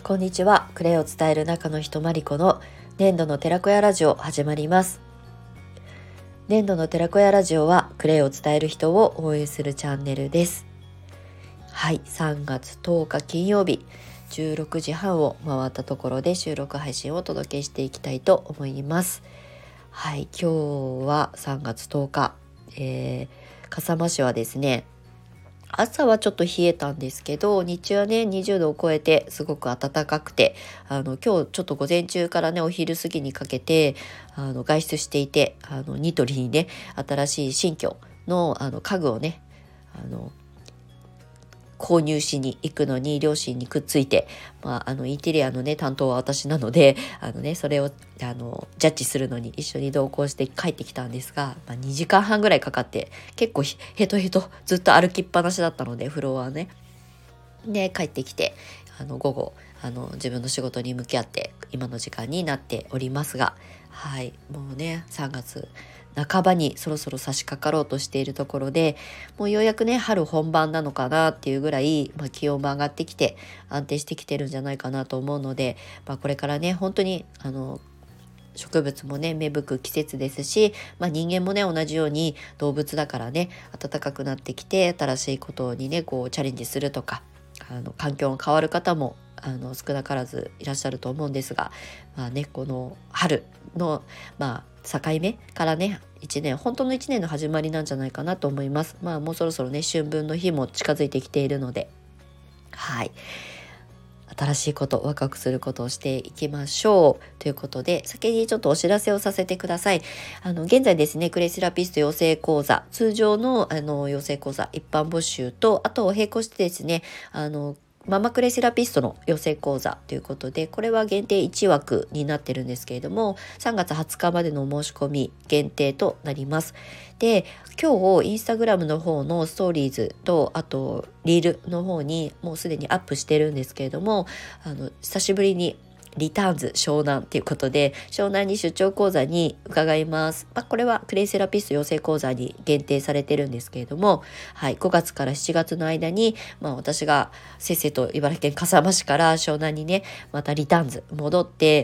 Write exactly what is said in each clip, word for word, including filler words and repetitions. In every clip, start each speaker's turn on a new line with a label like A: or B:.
A: こんにちは。クレイを伝える中の人まりこの粘土の寺子屋ラジオ始まります。粘土の寺子屋ラジオはクレイを伝える人を応援するチャンネルです。はい、さんがつとおか金曜日じゅうろくじはんを回ったところで収録配信をお届けしていきたいと思います。はい、今日はさんがつとおか、えー、笠間市はですね、朝はちょっと冷えたんですけど、日中はねにじゅうどを超えてすごく暖かくて、あの今日ちょっと午前中からねお昼過ぎにかけてあの外出していて、あのニトリにね新しい新居のあの家具をねあの購入しに行くのに両親にくっついて、まあ、あのインテリアのね担当は私なので、あのねそれをあのジャッジするのに一緒に同行して帰ってきたんですが、まあ、にじかんはんぐらいかかって結構ヘトヘトずっと歩きっぱなしだったので、フロアねで帰ってきて、あの午後あの自分の仕事に向き合って今の時間になっておりますが、はいもうねさんがつなかばにそろそろ差し掛かろうとしているところで、もうようやくね春本番なのかなっていうぐらい、まあ、気温も上がってきて安定してきてるんじゃないかなと思うので、まあ、これからね本当にあの植物もね芽吹く季節ですし、まあ、人間もね同じように動物だからね暖かくなってきて新しいことにねこうチャレンジするとか、あの環境が変わる方もあの少なからずいらっしゃると思うんですが、まあね、この春の、まあ、境目からねいちねん、本当のいちねんの始まりなんじゃないかなと思います。まあもうそろそろね春分の日も近づいてきているので、はい新しいこと、ワクワクすることをしていきましょうということで、先にちょっとお知らせをさせてください。あの現在ですね、クレイセラピスト養成講座、通常のあの養成講座一般募集と、あと並行してですね、あのママクレイセラピストの養成講座ということで、これは限定いちわくになってるんですけれども、さんがつはつかまでの申し込み限定となります。で、今日インスタグラムの方のストーリーズと、あとリールの方にもうすでにアップしてるんですけれども、あの久しぶりにリターンズ湘南ということで、湘南に出張講座に伺います。まあ、これはクレイセラピスト養成講座に限定されてるんですけれども、はい、ごがつからしちがつの間に、まあ、私がせっせと茨城県笠間市から湘南にねまたリターンズ戻って、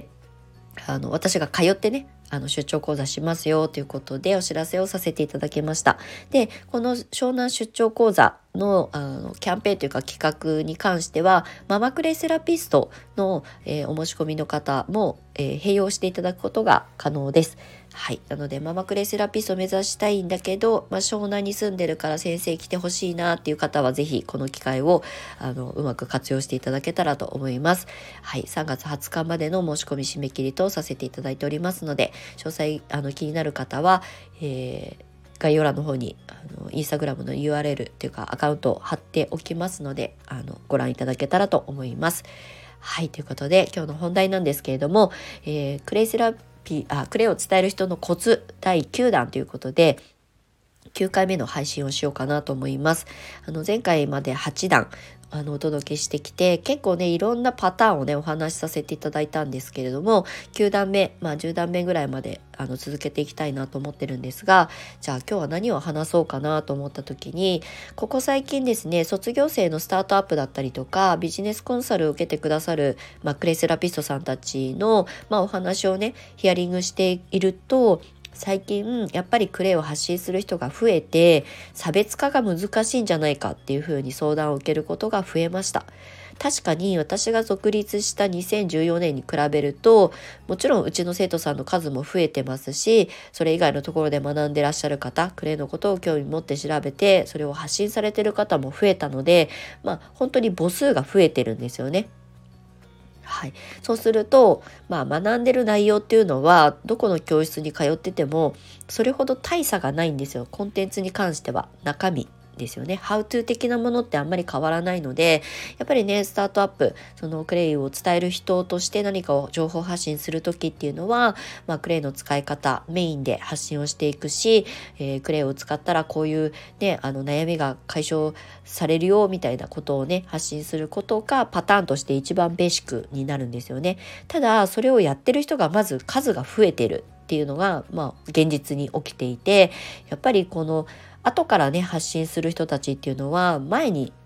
A: あの私が通ってねあの出張講座しますよということでお知らせをさせていただきました。で、この湘南出張講座の、あのキャンペーンというか企画に関しては、ママクレイセラピストの、えー、お申し込みの方も、えー、併用していただくことが可能です。はい、なのでママクレイセラピストを目指したいんだけど、まあ、湘南に住んでるから先生来てほしいなっていう方はぜひこの機会をあのうまく活用していただけたらと思います。はい、さんがつはつかまでの申し込み締め切りとさせていただいておりますので、詳細あの気になる方は、えー概要欄の方にあのインスタグラムの ユーアールエル というかアカウントを貼っておきますので、あのご覧いただけたらと思います。はい、ということで今日の本題なんですけれども、えー、クレイセラピあクレイを伝える人のコツだいきゅうだんということできゅうかいめの配信をしようかなと思います。あの前回まではちだんあのお届けしてきて、結構ねいろんなパターンをねお話しさせていただいたんですけれども、きゅうだんめ、まあじゅうだんめぐらいまであの続けていきたいなと思ってるんですが、じゃあ今日は何を話そうかなと思った時に、ここ最近ですね卒業生のスタートアップだったりとかビジネスコンサルを受けてくださる、まあ、クレイセラピストさんたちの、まあ、お話をねヒアリングしていると、最近やっぱりクレイを発信する人が増えて差別化が難しいんじゃないかっていうふうに相談を受けることが増えました。確かに私が独立したにせんじゅうよねんに比べると、もちろんうちの生徒さんの数も増えてますし、それ以外のところで学んでらっしゃる方、クレイのことを興味持って調べてそれを発信されてる方も増えたので、まあ本当に母数が増えてるんですよね。はい、そうすると、まあ、学んでる内容っていうのはどこの教室に通っててもそれほど大差がないんですよ。コンテンツに関しては中身ですよね。ハウトゥー的なものってあんまり変わらないので、やっぱりねスタートアップ、そのクレイを伝える人として何かを情報発信する時っていうのは、まあ、クレイの使い方メインで発信をしていくし、えー、クレイを使ったらこういうねあの悩みが解消されるよみたいなことをね発信することがパターンとして一番ベーシックになるんですよね。ただそれをやってる人がまず数が増えてるっていうのが、まあ、現実に起きていて、やっぱりこの後からね発信する人たちっていうのは前に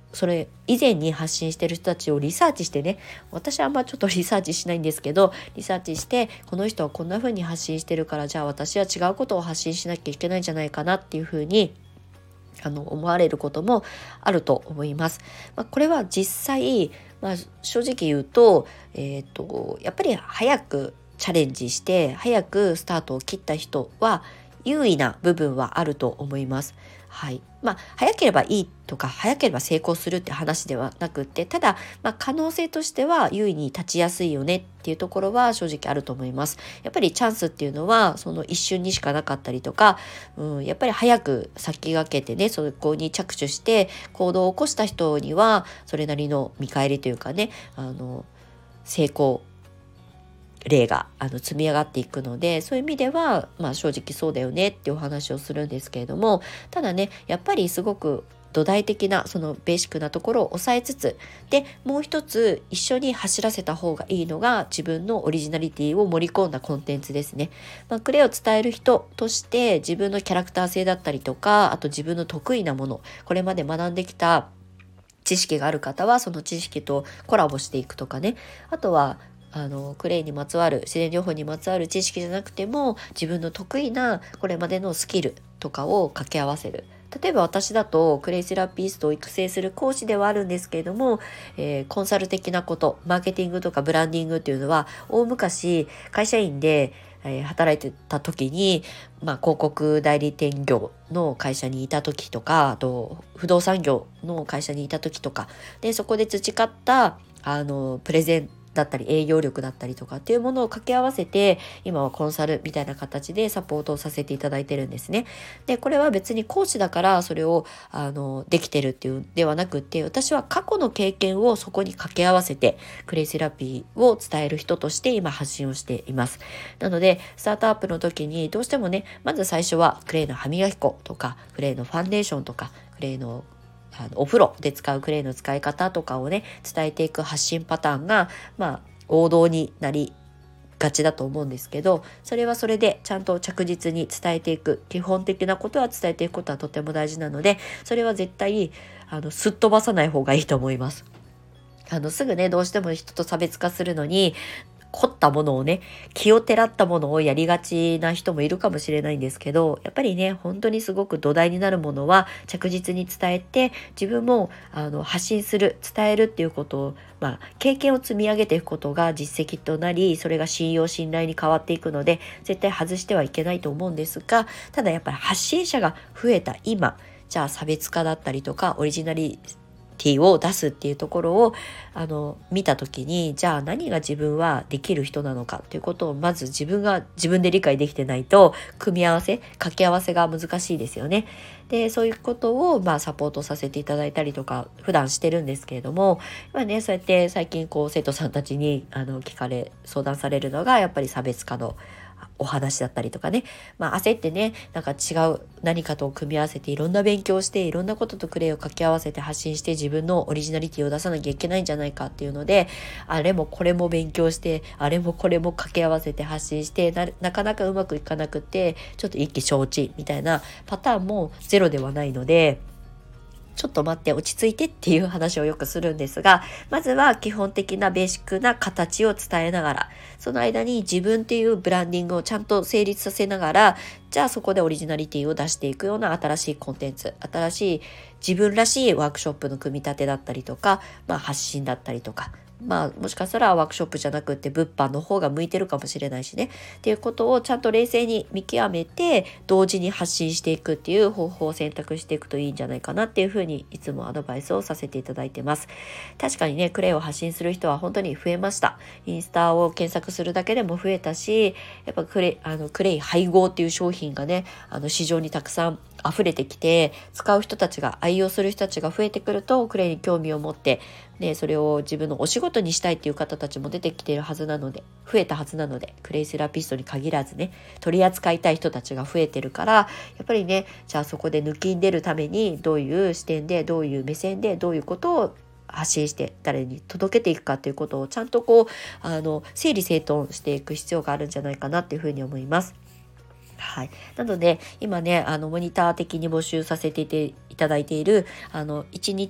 A: それ以前に発信してる人たちをリサーチしてね、私はあんまちょっとリサーチしないんですけど、リサーチしてこの人はこんな風に発信してるから、じゃあ私は違うことを発信しなきゃいけないんじゃないかなっていう風にあの思われることもあると思います。まあ、これは実際、まあ、正直言うと、えーと、やっぱり早くチャレンジして早くスタートを切った人は優位な部分はあると思います。はい。まあ、早ければいいとか、早ければ成功するって話ではなくって、ただ、まあ、可能性としては優位に立ちやすいよねっていうところは正直あると思います。やっぱりチャンスっていうのは、その一瞬にしかなかったりとか、うん、やっぱり早く先駆けてね、そこに着手して行動を起こした人には、それなりの見返りというかね、あの、成功、例があの積み上がっていくので、そういう意味では、まあ、正直そうだよねってお話をするんですけれども、ただね、やっぱりすごく土台的なそのベーシックなところを抑えつつ、でもう一つ一緒に走らせた方がいいのが自分のオリジナリティを盛り込んだコンテンツですね。まあ、クレイを伝える人として自分のキャラクター性だったりとか、あと自分の得意なもの、これまで学んできた知識がある方はその知識とコラボしていくとかね、あとはあのクレイにまつわる、自然療法にまつわる知識じゃなくても自分の得意なこれまでのスキルとかを掛け合わせる。例えば私だとクレイセラピストを育成する講師ではあるんですけれども、えー、コンサル的なこと、マーケティングとかブランディングっていうのは大昔会社員でえー、働いてた時に、まあ、広告代理店業の会社にいた時とか、あと不動産業の会社にいた時とかで、そこで培ったあのプレゼンだったり営業力だったりとかっていうものを掛け合わせて、今はコンサルみたいな形でサポートをさせていただいてるんですね。でこれは別に講師だからそれをあのできてるっていうではなくって、私は過去の経験をそこに掛け合わせてクレイセラピーを伝える人として今発信をしています。なのでスタートアップの時にどうしてもね、まず最初はクレイの歯磨き粉とかクレイのファンデーションとかクレイのあのお風呂で使うクレイの使い方とかをね伝えていく発信パターンがまあ王道になりがちだと思うんですけど、それはそれでちゃんと着実に伝えていく、基本的なことは伝えていくことはとても大事なので、それは絶対あのすっ飛ばさない方がいいと思います。あのすぐね、どうしても人と差別化するのに凝ったものをね、気をてらったものをやりがちな人もいるかもしれないんですけど、やっぱりね、本当にすごく土台になるものは着実に伝えて、自分もあの発信する、伝えるっていうことを、まあ、経験を積み上げていくことが実績となり、それが信用信頼に変わっていくので、絶対外してはいけないと思うんですが、ただやっぱり発信者が増えた今、じゃあ差別化だったりとかオリジナリティを出すっていうところをあの見た時に、じゃあ何が自分はできる人なのかということをまず自分が自分で理解できてないと、組み合わせ掛け合わせが難しいですよね。でそういうことをまあサポートさせていただいたりとか普段してるんですけれども、まあね、そうやって最近こう生徒さんたちにあの聞かれ相談されるのがやっぱり差別化のお話だったりとかね、まあ焦ってね、なんか違う何かと組み合わせていろんな勉強していろんなこととクレイを掛け合わせて発信して自分のオリジナリティを出さなきゃいけないんじゃないかっていうので、あれもこれも勉強してあれもこれも掛け合わせて発信してな、なかなかうまくいかなくてちょっと一気承知みたいなパターンもゼロではないので、ちょっと待って落ち着いてっていう話をよくするんですが、まずは基本的なベーシックな形を伝えながら、その間に自分っていうブランディングをちゃんと成立させながら、じゃあそこでオリジナリティを出していくような新しいコンテンツ、新しい自分らしいワークショップの組み立てだったりとか、まあ発信だったりとか、まあもしかしたらワークショップじゃなくて物販の方が向いてるかもしれないしねっていうことをちゃんと冷静に見極めて同時に発信していくっていう方法を選択していくといいんじゃないかなっていうふうにいつもアドバイスをさせていただいてます。確かにね、クレイを発信する人は本当に増えました。インスタを検索するだけでも増えたし、やっぱクレイ、あのクレイ配合っていう商品がね、あの市場にたくさん溢れてきて、使う人たちが愛用する人たちが増えてくるとクレイに興味を持ってね、それを自分のお仕事にしたいっていう方たちも出てきているはずなので、増えたはずなので、クレイセラピストに限らずね、取り扱いたい人たちが増えてるから、やっぱりね、じゃあそこで抜きんでるためにどういう視点で、どういう目線で、どういうことを発信して誰に届けていくかということをちゃんとこうあの整理整頓していく必要があるんじゃないかなっていうふうに思います。はい、なので今ね、あのモニター的に募集させていただいているあのいちにち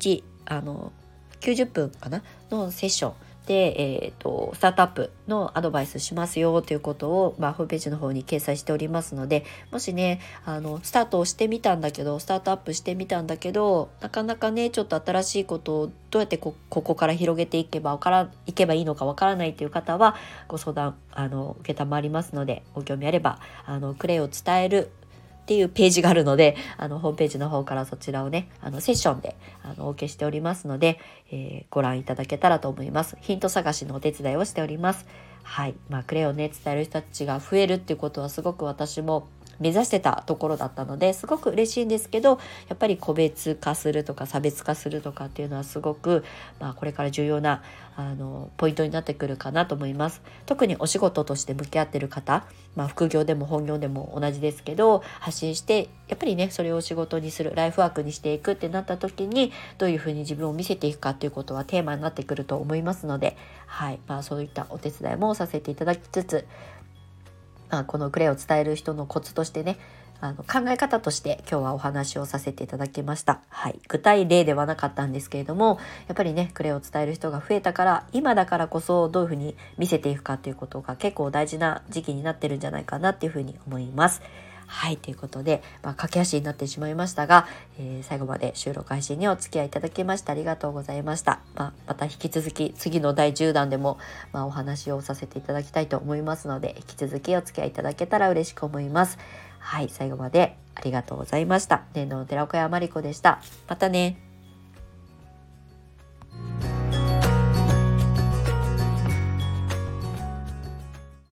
A: あのきゅうじゅっぷんかなのセッションで、えーと、スタートアップのアドバイスしますよということを、まあ、ホームページの方に掲載しておりますので、もしねあのスタートをしてみたんだけどスタートアップしてみたんだけどなかなかねちょっと新しいことをどうやってこ、ここから広げていけばわからいけばいいのかわからないという方はご相談あの承りますので、ご興味あればあのクレイを伝えるっていうページがあるので、あのホームページの方からそちらをねあのセッションであのお受けしておりますので、えー、ご覧いただけたらと思います。ヒント探しのお手伝いをしております。はい、まあ、クレイをね伝える人たちが増えるっていうことはすごく私も目指してたところだったのですごく嬉しいんですけど、やっぱり個別化するとか差別化するとかっていうのはすごく、まあ、これから重要なあのポイントになってくるかなと思います。特にお仕事として向き合ってる方、まあ、副業でも本業でも同じですけど、発信してやっぱりねそれを仕事にするライフワークにしていくってなった時にどういうふうに自分を見せていくかっていうことはテーマになってくると思いますので、はいまあ、そういったお手伝いもさせていただきつつ、まあ、このクレイを伝える人のコツとしてねあの考え方として今日はお話をさせていただきました。はい、具体例ではなかったんですけれども、やっぱりねクレイを伝える人が増えたから今だからこそどういうふうに見せていくかということが結構大事な時期になってるんじゃないかなっていうふうに思います。はいということで、まあ、駆け足になってしまいましたが、えー、最後まで収録配信にお付き合いいただきましてありがとうございました。まあ、また引き続き次のだいじゅうだんでも、まあ、お話をさせていただきたいと思いますので、引き続きお付き合いいただけたら嬉しく思います。はい最後までありがとうございました。年度の寺岡山理子でした。またね。